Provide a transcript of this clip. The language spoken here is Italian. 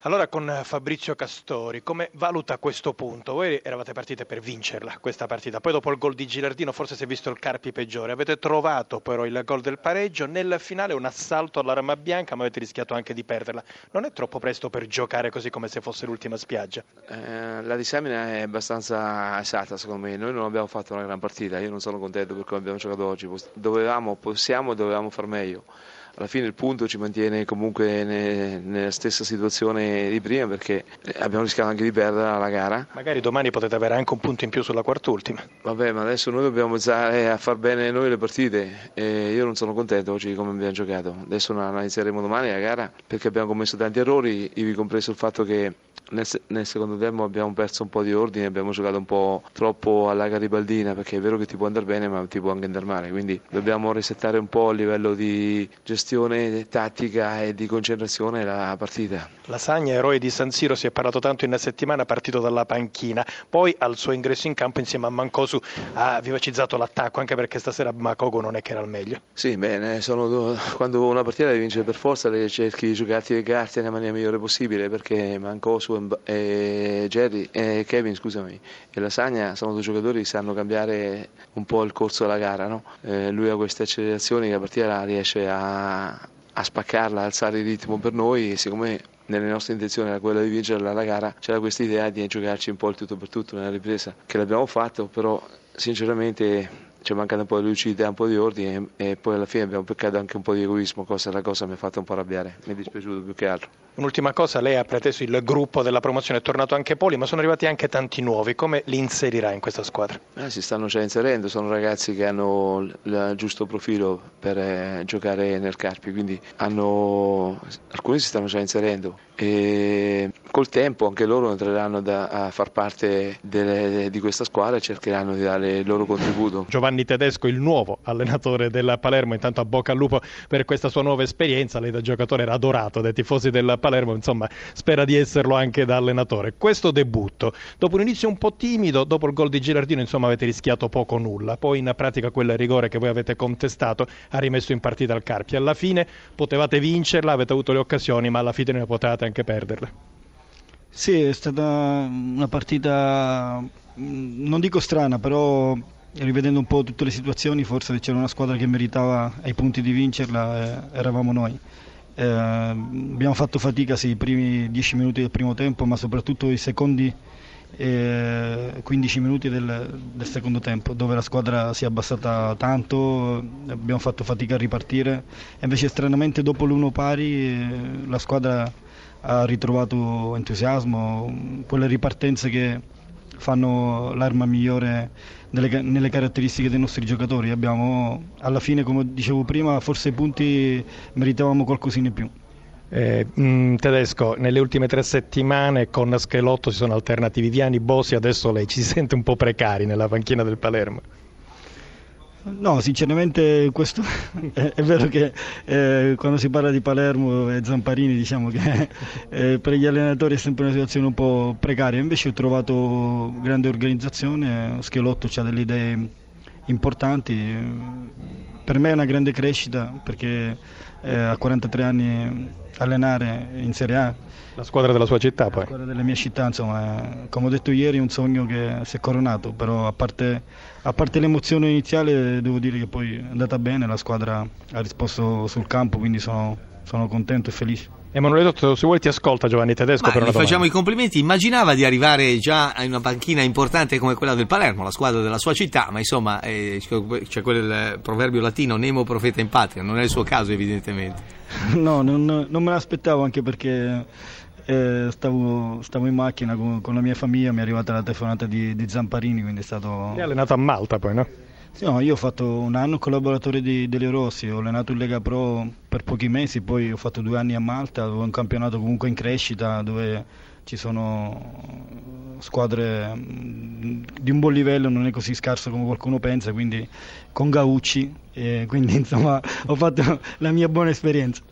Allora con Fabrizio Castori, come valuta questo punto? Voi eravate partite per vincerla questa partita, poi dopo il gol di Gilardino forse si è visto il Carpi peggiore, avete trovato però il gol del pareggio, nel finale un assalto all'arma bianca ma avete rischiato anche di perderla. Non è troppo presto per giocare così come se fosse l'ultima spiaggia? La disamina è abbastanza esatta secondo me, noi non abbiamo fatto una gran partita, io non sono contento per come abbiamo giocato oggi, dovevamo far meglio. Alla fine il punto ci mantiene comunque nella stessa situazione di prima perché abbiamo rischiato anche di perdere la gara. Magari domani potete avere anche un punto in più sulla quart'ultima. Vabbè, ma adesso noi dobbiamo iniziare a far bene noi le partite e io non sono contento oggi di come abbiamo giocato. Adesso analizzeremo domani la gara perché abbiamo commesso tanti errori, ivi compreso il fatto che nel secondo tempo abbiamo perso un po' di ordine, abbiamo giocato un po' troppo alla garibaldina perché è vero che ti può andare bene ma ti può anche andare male, quindi dobbiamo resettare un po' a livello di gestione tattica e di concentrazione la partita. Lasagna, eroe di San Siro, si è parlato tanto in una settimana, partito dalla panchina, poi al suo ingresso in campo insieme a Mancosu ha vivacizzato l'attacco, anche perché stasera Makogo non è che era al meglio. Sì, bene, quando una partita devi vincere per forza cerchi di giocarti le carte nella maniera migliore possibile perché Mancosu e Kevin e Lasagna sono due giocatori che sanno cambiare un po' il corso della gara, no? Lui ha queste accelerazioni che la partita riesce a spaccarla, a alzare il ritmo per noi e siccome nelle nostre intenzioni era quella di vincere la gara, c'era questa idea di giocarci un po' il tutto per tutto nella ripresa, che l'abbiamo fatto, però sinceramente ci è mancata un po' di lucidità, un po' di ordine e poi alla fine abbiamo peccato anche un po' di egoismo, la cosa mi ha fatto un po' arrabbiare, mi è dispiaciuto più che altro. Un'ultima cosa, lei ha preteso il gruppo della promozione, è tornato anche Poli, ma sono arrivati anche tanti nuovi, come li inserirà in questa squadra? Si stanno già inserendo, sono ragazzi che hanno il giusto profilo per giocare nel Carpi, quindi alcuni si stanno già inserendo e col tempo anche loro entreranno a far parte di questa squadra e cercheranno di dare il loro contributo. Giovanni Tedesco, il nuovo allenatore del Palermo, intanto a bocca al lupo per questa sua nuova esperienza, lei da giocatore era adorato dai tifosi del Palermo, insomma spera di esserlo anche da allenatore. Questo debutto, dopo un inizio un po' timido, dopo il gol di Gilardino insomma avete rischiato poco o nulla, poi in pratica quel rigore che voi avete contestato ha rimesso in partita il Carpi, alla fine potevate vincerla, avete avuto le occasioni ma alla fine ne potevate anche perderla. Sì, è stata una partita, non dico strana, però rivedendo un po' tutte le situazioni forse c'era una squadra che meritava ai punti di vincerla, eravamo noi. Abbiamo fatto fatica sì, i primi 10 minuti del primo tempo, ma soprattutto i secondi 15 minuti del secondo tempo, dove la squadra si è abbassata tanto, abbiamo fatto fatica a ripartire e invece stranamente dopo l'1 pari la squadra ha ritrovato entusiasmo, quelle ripartenze che fanno l'arma migliore nelle caratteristiche dei nostri giocatori. Abbiamo alla fine, come dicevo prima, forse i punti meritavamo qualcosina in più. Tedesco, nelle ultime 3 settimane con Schelotto si sono alternati Viviani, Bosi, adesso lei ci sente un po' precari nella panchina del Palermo? No, sinceramente questo è vero che quando si parla di Palermo e Zamparini diciamo che per gli allenatori è sempre una situazione un po' precaria, invece ho trovato grande organizzazione, Schelotto ha delle idee importanti, per me è una grande crescita perché a 43 anni allenare in Serie A. La squadra della sua città poi. La squadra della mia città, insomma, come ho detto ieri, è un sogno che si è coronato, però a parte l'emozione iniziale devo dire che poi è andata bene, la squadra ha risposto sul campo, quindi sono contento e felice. Emanuele Dotto, se vuoi ti ascolta Giovanni Tedesco per una domanda. Facciamo i complimenti, immaginava di arrivare già in una panchina importante come quella del Palermo, la squadra della sua città, ma insomma c'è quel proverbio latino, nemo profeta in patria, non è il suo caso evidentemente. No, non me l'aspettavo anche perché stavo in macchina con la mia famiglia, mi è arrivata la telefonata di Zamparini, quindi è stato... È allenato a Malta poi, no? Sì, no, io ho fatto un anno collaboratore delle Rossi, ho allenato in Lega Pro per pochi mesi, poi ho fatto 2 anni a Malta, dove è un campionato comunque in crescita, dove ci sono squadre di un buon livello, non è così scarso come qualcuno pensa, quindi con Gaucci, quindi insomma ho fatto la mia buona esperienza.